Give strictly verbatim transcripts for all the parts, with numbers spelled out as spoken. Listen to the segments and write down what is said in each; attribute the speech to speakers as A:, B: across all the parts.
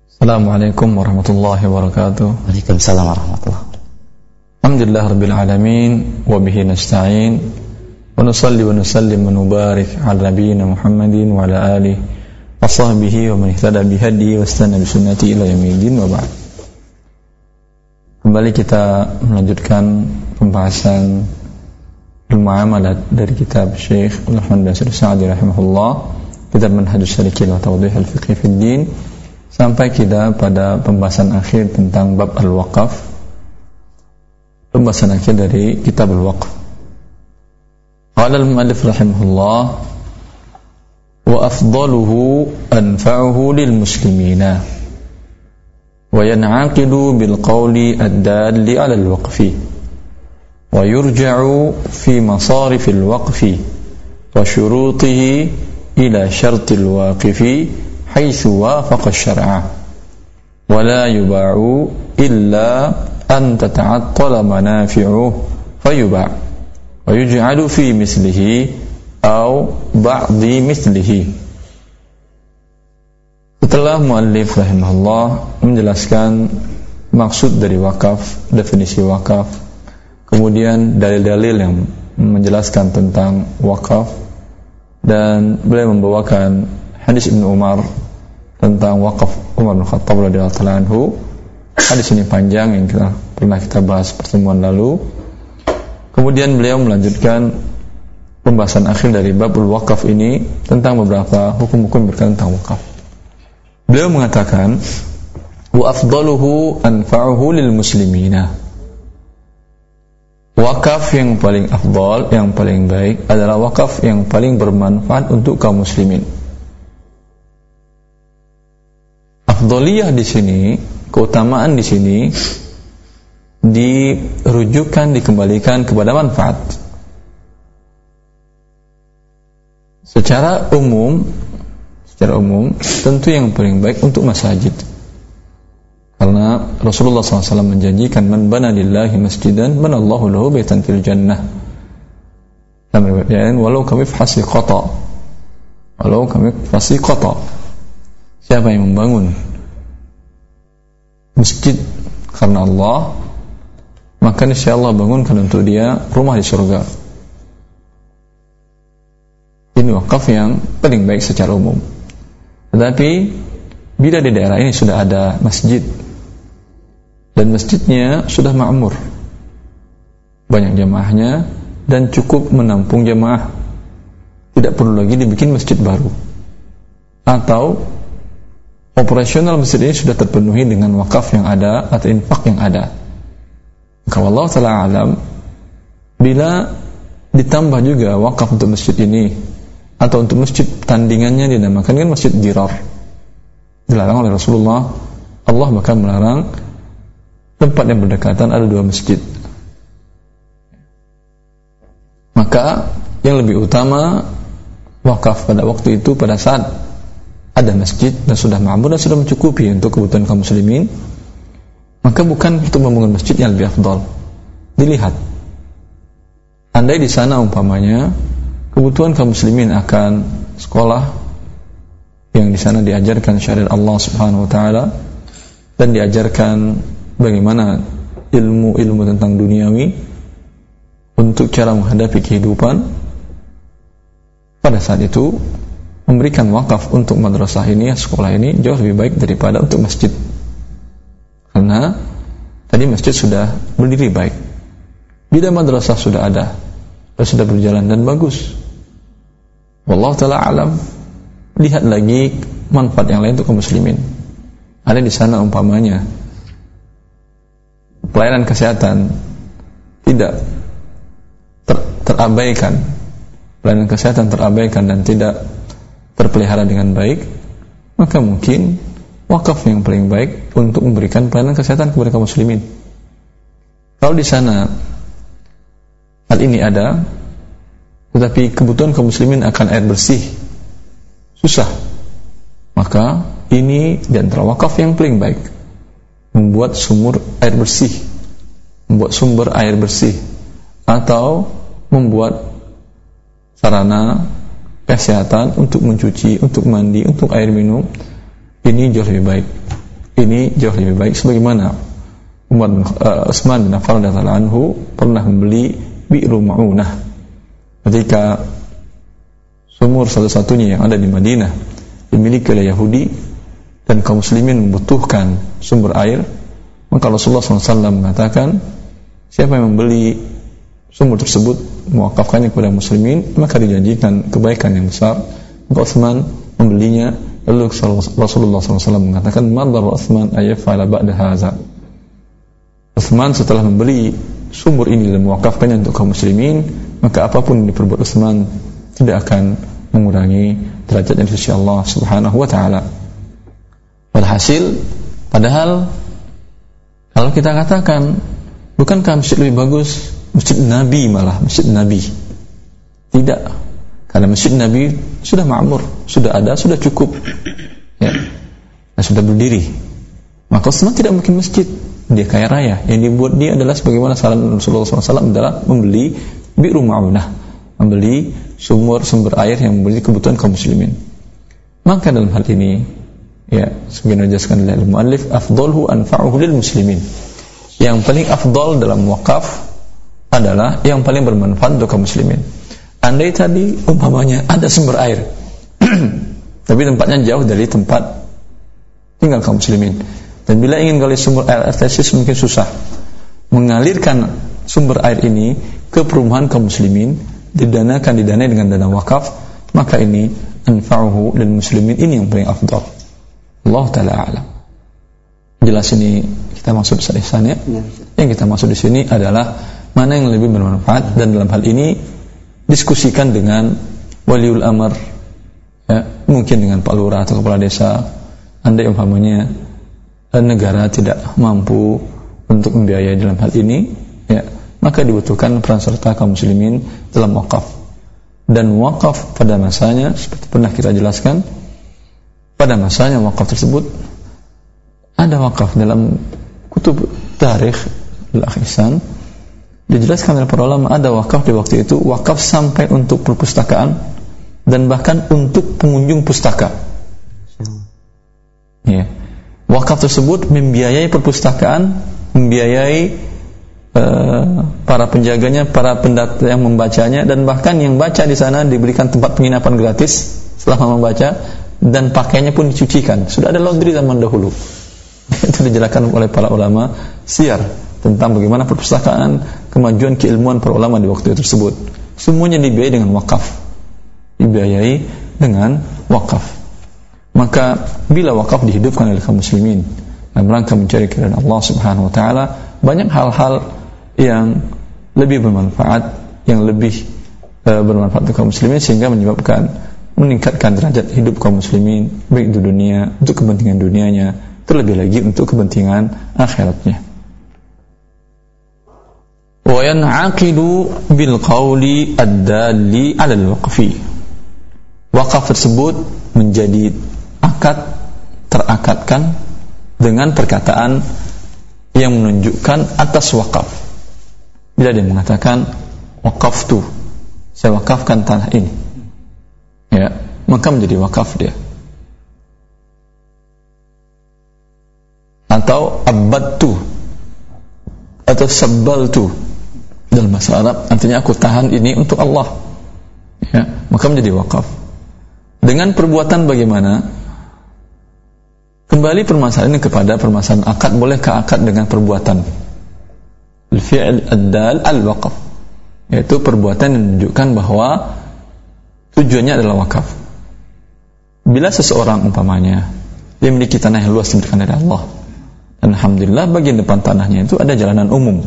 A: Assalamualaikum warahmatullahi wabarakatuh.
B: Waalaikumsalam warahmatullahi wabarakatuh.
A: Alhamdulillah rabbil alamin wa bihi nasta'in wa nusalli wa nusallim wa nubarik ala nabiyyina Muhammadin wa ala alihi wa sahbihi wa man ihtada bihadihi wa istana bi sunnati ila yaumil wa ba'd. Kembali kita melanjutkan pembahasan al-muamalat dari kitab Syekh Rahman bin Sa'di rahimahullah, kitab Manhajus Salikin wa Tawdih al-Fiqh fi ad-Din, sampai kita pada pembahasan akhir tentang bab al-waqaf, pembahasan akhir dari kitab al-waqf. Qala al-mu'allif rahimahullah, wa afdaluhu anfa'uhu lil muslimina wa yan'aqidu bil qawli ad-dalli 'ala al-waqfi wa yurja'u fi masarif al-waqfi wa syurutihi ila syarti al-waqifi حيث وافق الشرع ولا يباع إلا أن تتعطل منافعه فيباع ويجعل في مثله أو بعض مثله. Setelah muallif rahimahullah menjelaskan maksud dari wakaf, definisi wakaf, kemudian dalil-dalil yang menjelaskan tentang wakaf, dan beliau membawakan hadis Ibnu Umar tentang wakaf Umar bin Khattab radhiyallahu anhu. Hadis ini panjang yang kita, pernah kita bahas pertemuan lalu. Kemudian beliau melanjutkan pembahasan akhir dari babul wakaf ini tentang beberapa hukum-hukum berkaitan tentang wakaf. Beliau mengatakan, wa afdaluhu anfa'uhu lil muslimina. Wakaf yang paling afdal, yang paling baik adalah wakaf yang paling bermanfaat untuk kaum muslimin. Afdaliyah di sini, keutamaan di sini dirujukan, dikembalikan kepada manfaat. Secara umum, secara umum tentu yang paling baik untuk masjid. Karena Rasulullah shallallahu alaihi wasallam menjanjikan, man bana lillahi masjidan banallahu lahu baitan fil jannah. Dalam riwayat lain, walau kami fasiqata, walau kami fasiqata. Siapa yang membangun masjid karena Allah, maka insya Allah bangunkan untuk dia rumah di surga. Ini wakaf yang paling baik secara umum. Tetapi bila di daerah ini sudah ada masjid dan masjidnya sudah ma'mur, banyak jamaahnya dan cukup menampung jamaah, tidak perlu lagi dibikin masjid baru, atau operasional masjid ini sudah terpenuhi dengan wakaf yang ada atau infak yang ada, maka wallahu ta'ala alam, bila ditambah juga wakaf untuk masjid ini atau untuk masjid tandingannya dinamakan kan masjid dirar, dilarang oleh Rasulullah. Allah bahkan melarang tempat yang berdekatan ada dua masjid. Maka yang lebih utama wakaf pada waktu itu, pada saat ada masjid dan sudah ma'mur dan sudah mencukupi untuk kebutuhan kaum muslimin, maka bukan untuk membangun masjid yang lebih afdal. Dilihat, andai di sana umpamanya kebutuhan kaum muslimin akan sekolah yang di sana diajarkan syariat Allah Subhanahu wa taala dan diajarkan bagaimana ilmu-ilmu tentang duniawi untuk cara menghadapi kehidupan, pada saat itu memberikan wakaf untuk madrasah ini, sekolah ini jauh lebih baik daripada untuk masjid. Karena tadi masjid sudah berdiri baik, bila madrasah sudah ada dan sudah berjalan dan bagus, wallahu ta'ala alam, lihat lagi manfaat yang lain untuk kaum muslimin. Ada di sana umpamanya pelayanan kesehatan tidak ter, terabaikan, pelayanan kesehatan terabaikan dan tidak terpelihara dengan baik, maka mungkin wakaf yang paling baik untuk memberikan pelayanan kesehatan kepada kaum muslimin. Kalau di sana hal ini ada, tetapi kebutuhan kaum muslimin akan air bersih susah, maka ini di antara wakaf yang paling baik, membuat sumur air bersih, membuat sumber air bersih, atau membuat sarana kesehatan untuk mencuci, untuk mandi, untuk air minum. Ini jauh lebih baik. ini jauh lebih baik. Sebagaimana Umar bin, uh, Utsman bin Affan radhiyallahu anhu pernah membeli Bi'ru Ma'unah ketika sumur satu-satunya yang ada di Madinah dimiliki oleh Yahudi dan kaum muslimin membutuhkan sumber air, maka Rasulullah shallallahu alaihi wasallam mengatakan, siapa yang membeli sumur tersebut mewakafkannya kepada muslimin, maka dijanjikan kebaikan yang besar. Maka Utsman membelinya. Lalu Rasulullah shallallahu alaihi wasallam mengatakan, madar Utsman ayyafala ba'da hadza. Utsman setelah membeli sumur ini dan mewakafkannya untuk kaum muslimin, maka apapun yang diperbuat Utsman tidak akan mengurangi derajatnya di sisi Allah Subhanahu wa taala. Walhasil, padahal kalau kita katakan, bukankah masjid lebih bagus? Masjid Nabi malah, masjid Nabi. Tidak. Karena masjid Nabi sudah ma'mur, sudah ada, sudah cukup. Ya. Dan sudah berdiri. Maka Utsman tidak mungkin masjid. Dia kaya raya. Yang dibuat dia adalah sebagaimana saran Rasulullah shallallahu alaihi wasallam adalah membeli Bi'ru Ma'unah, membeli sumur sumber air yang memberi kebutuhan kaum muslimin. Maka dalam hal ini, ya, sebagaimana dijelaskan oleh al-muallif, afdhaluhu anfa'uhu lil muslimin. Yang paling afdal dalam wakaf adalah yang paling bermanfaat untuk kaum muslimin. Andai tadi umpamanya ada sumber air tapi tempatnya jauh dari tempat tinggal kaum muslimin, dan bila ingin gali sumber air tesis mungkin susah, mengalirkan sumber air ini ke perumahan kaum muslimin, didanakan didanai dengan dana wakaf, maka ini anfa'uhu lil muslimin, ini yang paling afdal. Allah taala a'lam. Jelas ini kita maksud ihsan ya. Yang kita maksud di sini adalah mana yang lebih bermanfaat, dan dalam hal ini diskusikan dengan waliul amr, ya, mungkin dengan Pak Lurah atau kepala desa. Andai umpamanya negara tidak mampu untuk membiayai dalam hal ini, ya, maka dibutuhkan peran serta kaum muslimin dalam wakaf. Dan wakaf pada masanya seperti pernah kita jelaskan, pada masanya wakaf tersebut ada wakaf dalam kutub tarikh al-ihsan, dijelaskan oleh para ulama, ada wakaf di waktu itu, wakaf sampai untuk perpustakaan dan bahkan untuk pengunjung pustaka. Ya. Wakaf tersebut membiayai perpustakaan, membiayai uh, para penjaganya, para pendat yang membacanya, dan bahkan yang baca di sana diberikan tempat penginapan gratis selama membaca, dan pakaiannya pun dicucikan. Sudah ada laundry zaman dahulu. Itu dijelaskan oleh para ulama syiar tentang bagaimana perpustakaan, kemajuan keilmuan para ulama di waktu tersebut. Semuanya dibiayai dengan wakaf, dibiayai dengan wakaf. Maka bila wakaf dihidupkan oleh kaum muslimin dalam rangka mencari keridhaan Allah Subhanahu wa taala, banyak hal-hal yang lebih bermanfaat, yang lebih uh, bermanfaat untuk kaum muslimin, sehingga menyebabkan meningkatkan derajat hidup kaum muslimin baik di dunia, untuk kepentingan dunianya, terlebih lagi untuk kepentingan akhiratnya. Wa yan'aqidu bil qawli ad-dalli 'ala al-waqfi. Wakaf tersebut menjadi akad, terakadkan dengan perkataan yang menunjukkan atas wakaf. Bila dia mengatakan waqaftu, saya wakafkan tanah ini, ya, maka menjadi wakaf dia. Atau abadtu atau sabbaltu, dalam bahasa Arab artinya aku tahan ini untuk Allah, ya, maka menjadi wakaf. Dengan perbuatan bagaimana? Kembali permasalahan ini kepada permasalahan akad. Bolehkah akad dengan perbuatan? Al-fi'l ad-dal al-waqaf, yaitu perbuatan yang menunjukkan bahwa tujuannya adalah wakaf. Bila seseorang umpamanya dia memiliki tanah yang luas diberikan oleh Allah, dan alhamdulillah bagian depan tanahnya itu ada jalanan umum,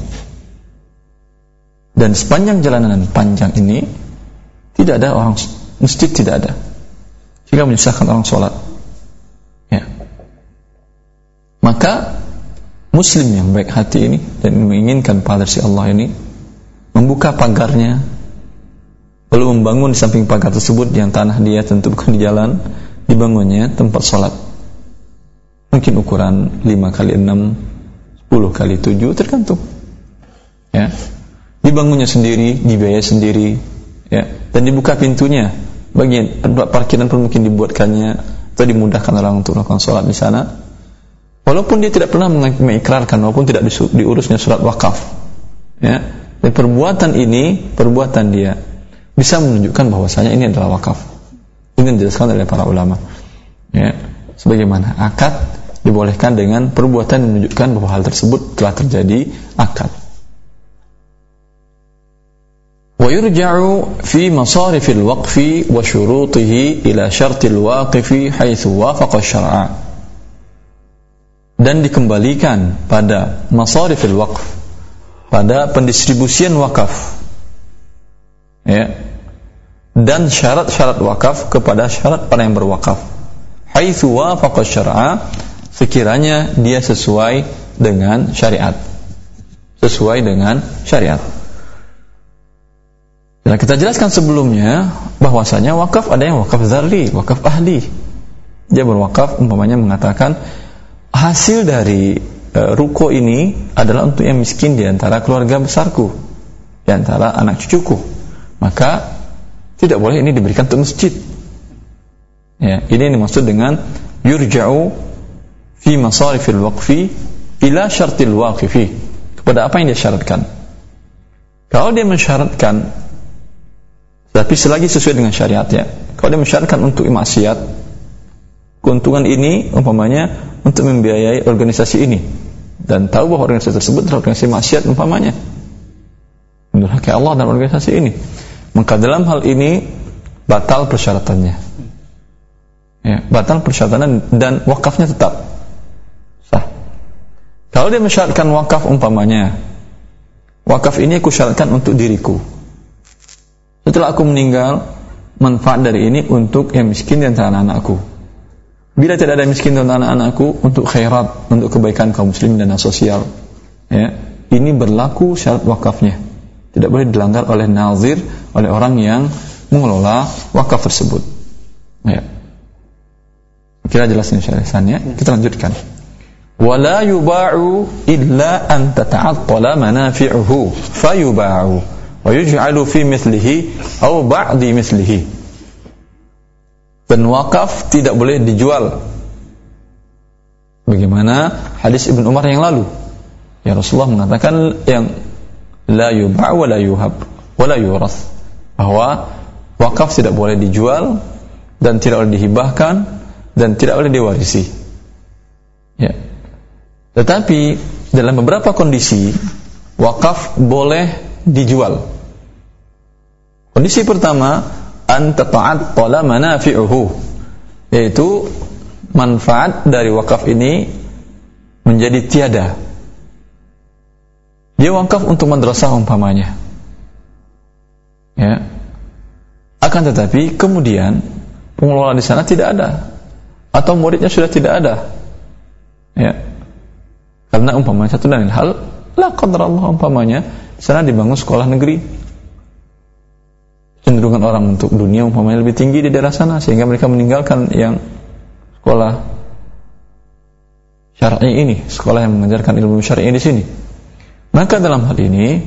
A: dan sepanjang jalanan panjang ini tidak ada orang, masjid tidak ada, sehingga menyusahkan orang sholat, ya. Maka muslim yang baik hati ini dan menginginkan pahala dari Allah ini membuka pagarnya, lalu membangun di samping pagar tersebut yang tanah dia tentu bukan di jalan, dibangunnya tempat sholat, mungkin ukuran lima kali enam, sepuluh kali tujuh, tergantung, ya. Dibangunnya sendiri, dibiayai sendiri, ya, dan dibuka pintunya, bagian tempat parkiran pun mungkin dibuatkannya atau dimudahkan orang untuk melakukan sholat di sana. walaupun dia tidak pernah mengikrarkan, walaupun tidak diurusnya surat wakaf, ya, dan perbuatan ini, perbuatan dia bisa menunjukkan bahwasanya ini adalah wakaf. Ini dijelaskan oleh para ulama. Ya, sebagaimana akad dibolehkan dengan perbuatan yang menunjukkan bahwa hal tersebut telah terjadi akad. ويرجع في مصارف الوقف وشروطه إلى شرط الواقف حيث وافق الشرع. Dan dikembalikan pada masarifil waqf, pada pendistribusian wakaf, ya, dan syarat-syarat wakaf kepada syarat para yang berwakaf. Haitsu wafaqa syar'a, sekiranya dia sesuai dengan syariat. Sesuai dengan syariat. Nah, kita jelaskan sebelumnya bahwasanya wakaf ada yang wakaf dzarri, wakaf ahli. Dia berwakaf umpamanya mengatakan hasil dari e, ruko ini adalah untuk yang miskin di antara keluarga besarku, di antara anak cucuku. Maka tidak boleh ini diberikan untuk masjid. Ya, ini yang dimaksud dengan yurja'u fi masarifil waqfi ila syartil waqifi, kepada apa yang dia syaratkan. Kalau dia mensyaratkan tapi selagi sesuai dengan syariat, ya, kalau dia mensyaratkan untuk maksiat, keuntungan ini umpamanya untuk membiayai organisasi ini, dan tahu bahwa organisasi tersebut adalah organisasi maksiat umpamanya, mendurhakai Allah dan organisasi ini, maka dalam hal ini batal persyaratannya, ya, batal persyaratannya dan wakafnya tetap sah. Kalau dia mensyaratkan wakaf umpamanya, wakaf ini aku syaratkan untuk diriku, setelah aku meninggal, manfaat dari ini untuk yang miskin di antara anak-anakku. Bila tidak ada miskin di antara anak-anakku, untuk khairat, untuk kebaikan kaum muslimin dan sosial. Ya, ini berlaku syarat wakafnya. Tidak boleh dilanggar oleh nazir, oleh orang yang mengelola wakaf tersebut. Ya. Kira jelas ini syaratannya. Kita lanjutkan. Wala yuba'u illa an tata'attala manafi'uhu fayuba'u wa yuj'alu fi mithlihi aw ba'di mithlihi. Dan wakaf tidak boleh dijual, bagaimana hadis Ibn Umar yang lalu, ya, Rasulullah mengatakan yang la yub'a' wa la yuhab wa la yurath, bahwa wakaf tidak boleh dijual dan tidak boleh dihibahkan dan tidak boleh diwarisi, ya. Tetapi dalam beberapa kondisi wakaf boleh dijual. Kondisi pertama, an tata'attala manafi'uhu, yaitu manfaat dari wakaf ini menjadi tiada. Dia wakaf untuk madrasah umpamanya, ya. Akan tetapi kemudian pengelola di sana tidak ada, atau muridnya sudah tidak ada, ya. Karena umpamanya satu dan lain hal, la qadarallah, umpamanya sana dibangun sekolah negeri, cenderungan orang untuk dunia umpamanya lebih tinggi di daerah sana, sehingga mereka meninggalkan yang sekolah syar'i ini, sekolah yang mengajarkan ilmu syar'i di sini. Maka dalam hal ini,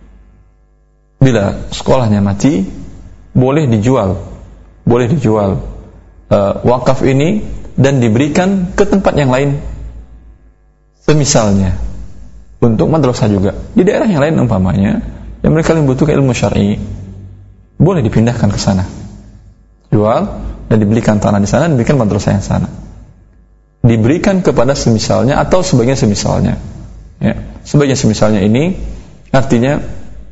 A: bila sekolahnya mati, boleh dijual, boleh dijual uh, wakaf ini dan diberikan ke tempat yang lain, semisalnya untuk madrasah juga di daerah yang lain umpamanya, yang mereka membutuhkan ilmu syar'i, boleh dipindahkan ke sana, jual dan dibelikan tanah di sana, diberikan madrasah yang sana, diberikan kepada semisalnya atau sebagian semisalnya, ya. Sebagian semisalnya ini artinya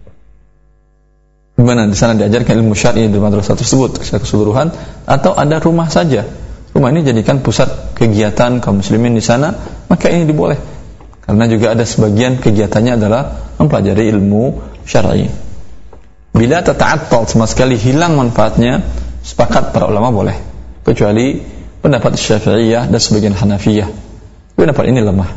A: di mana di sana diajarkan ilmu syar'i di madrasah tersebut secara keseluruhan, atau ada rumah saja, rumah ini jadikan pusat kegiatan kaum muslimin di sana, maka ini diboleh. Karena juga ada sebagian kegiatannya adalah mempelajari ilmu syar'i. Bila tata'attal, sama sekali hilang manfaatnya, sepakat para ulama boleh, kecuali pendapat Syafi'iyah dan sebagian Hanafiyah. Pendapat ini lemah,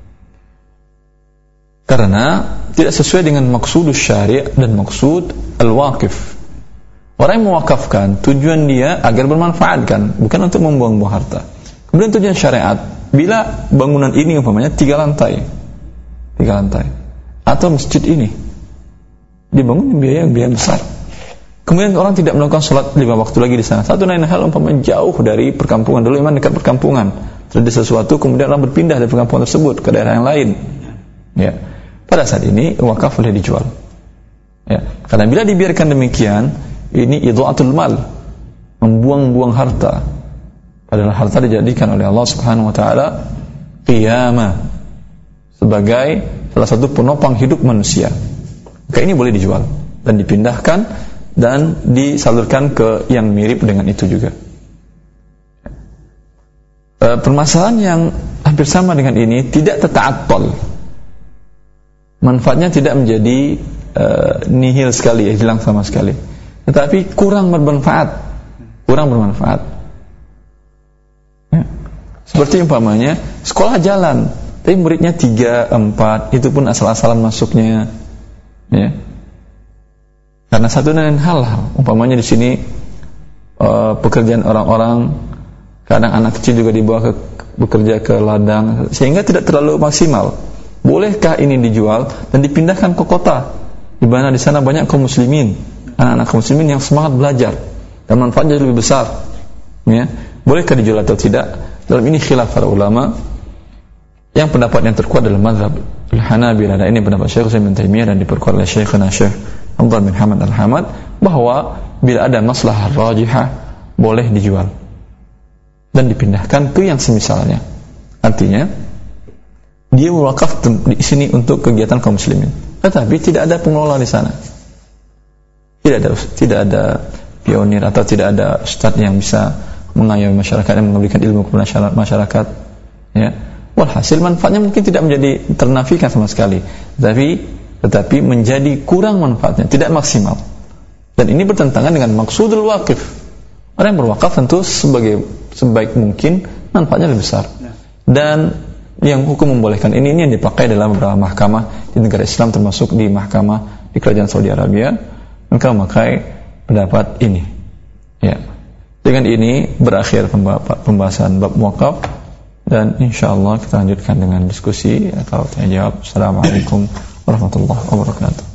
A: karena tidak sesuai dengan maksud syari' dan maksud al-waqif. Orang yang mewakafkan, tujuan dia agar bermanfaat, kan, bukan untuk membuang-buang harta. Kemudian tujuan syariat, bila bangunan ini umpamanya tiga lantai, tiga lantai, atau masjid ini dibangun biaya biaya besar, kemudian orang tidak melakukan sholat lima waktu lagi di sana, satu lain hal umpamanya jauh dari perkampungan, dulu memang dekat perkampungan, terjadi sesuatu kemudian orang berpindah dari perkampungan tersebut ke daerah yang lain, ya, pada saat ini wakaf boleh dijual, ya, karena bila dibiarkan demikian ini idha'atul mal, membuang-buang harta, padahal harta dijadikan oleh Allah Subhanahu wa taala qiyamah sebagai salah satu penopang hidup manusia. Maka ini boleh dijual dan dipindahkan dan disalurkan ke yang mirip dengan itu juga. E, permasalahan yang hampir sama dengan ini tidak tata'attal, manfaatnya tidak menjadi e, nihil sekali, ya, hilang sama sekali, tetapi kurang bermanfaat, kurang bermanfaat. Ya. Seperti umpamanya sekolah jalan, tapi muridnya tiga, empat, itu pun asal-asalan masuknya, ya. Karena satu dan lain hal, umpamanya di sini uh, pekerjaan orang-orang, kadang anak kecil juga dibawa ke bekerja ke ladang, sehingga tidak terlalu maksimal. Bolehkah ini dijual dan dipindahkan ke kota, di mana di sana banyak kaum muslimin, anak-anak kaum muslimin yang semangat belajar dan manfaatnya lebih besar, ya. Bolehkah dijual atau tidak? Dalam ini khilaf para ulama. Yang pendapat yang terkuat adalah mazhab Al-Hanabilah, dan ini pendapat Syekh Utsaimin bin Taimiyah dan diperkuat oleh Syekhna Syekh Abdullah bin Hamad Al-Hamad, bahwa bila ada maslahah rajihah boleh dijual dan dipindahkan ke yang semisalnya. Artinya dia wakaf di sini untuk kegiatan kaum muslimin, tetapi tidak ada pengelola di sana, tidak ada tidak ada pionir atau tidak ada ustadz yang bisa mengayomi masyarakat dan memberikan ilmu kepada masyarakat, ya. Walhasil manfaatnya mungkin tidak menjadi ternafikan sama sekali, tetapi tetapi menjadi kurang manfaatnya, tidak maksimal. Dan ini bertentangan dengan maksudul waqif. Orang yang berwakaf tentu sebagai sebaik mungkin manfaatnya lebih besar. Dan yang hukum membolehkan ini, ini yang dipakai dalam beberapa mahkamah di negara Islam, termasuk di mahkamah di kerajaan Saudi Arabia. Maka memakai pendapat ini. Ya. Dengan ini berakhir pembahasan bab wakaf. Dan insyaallah kita lanjutkan dengan diskusi atau tanya jawab. Assalamualaikum warahmatullahi wabarakatuh.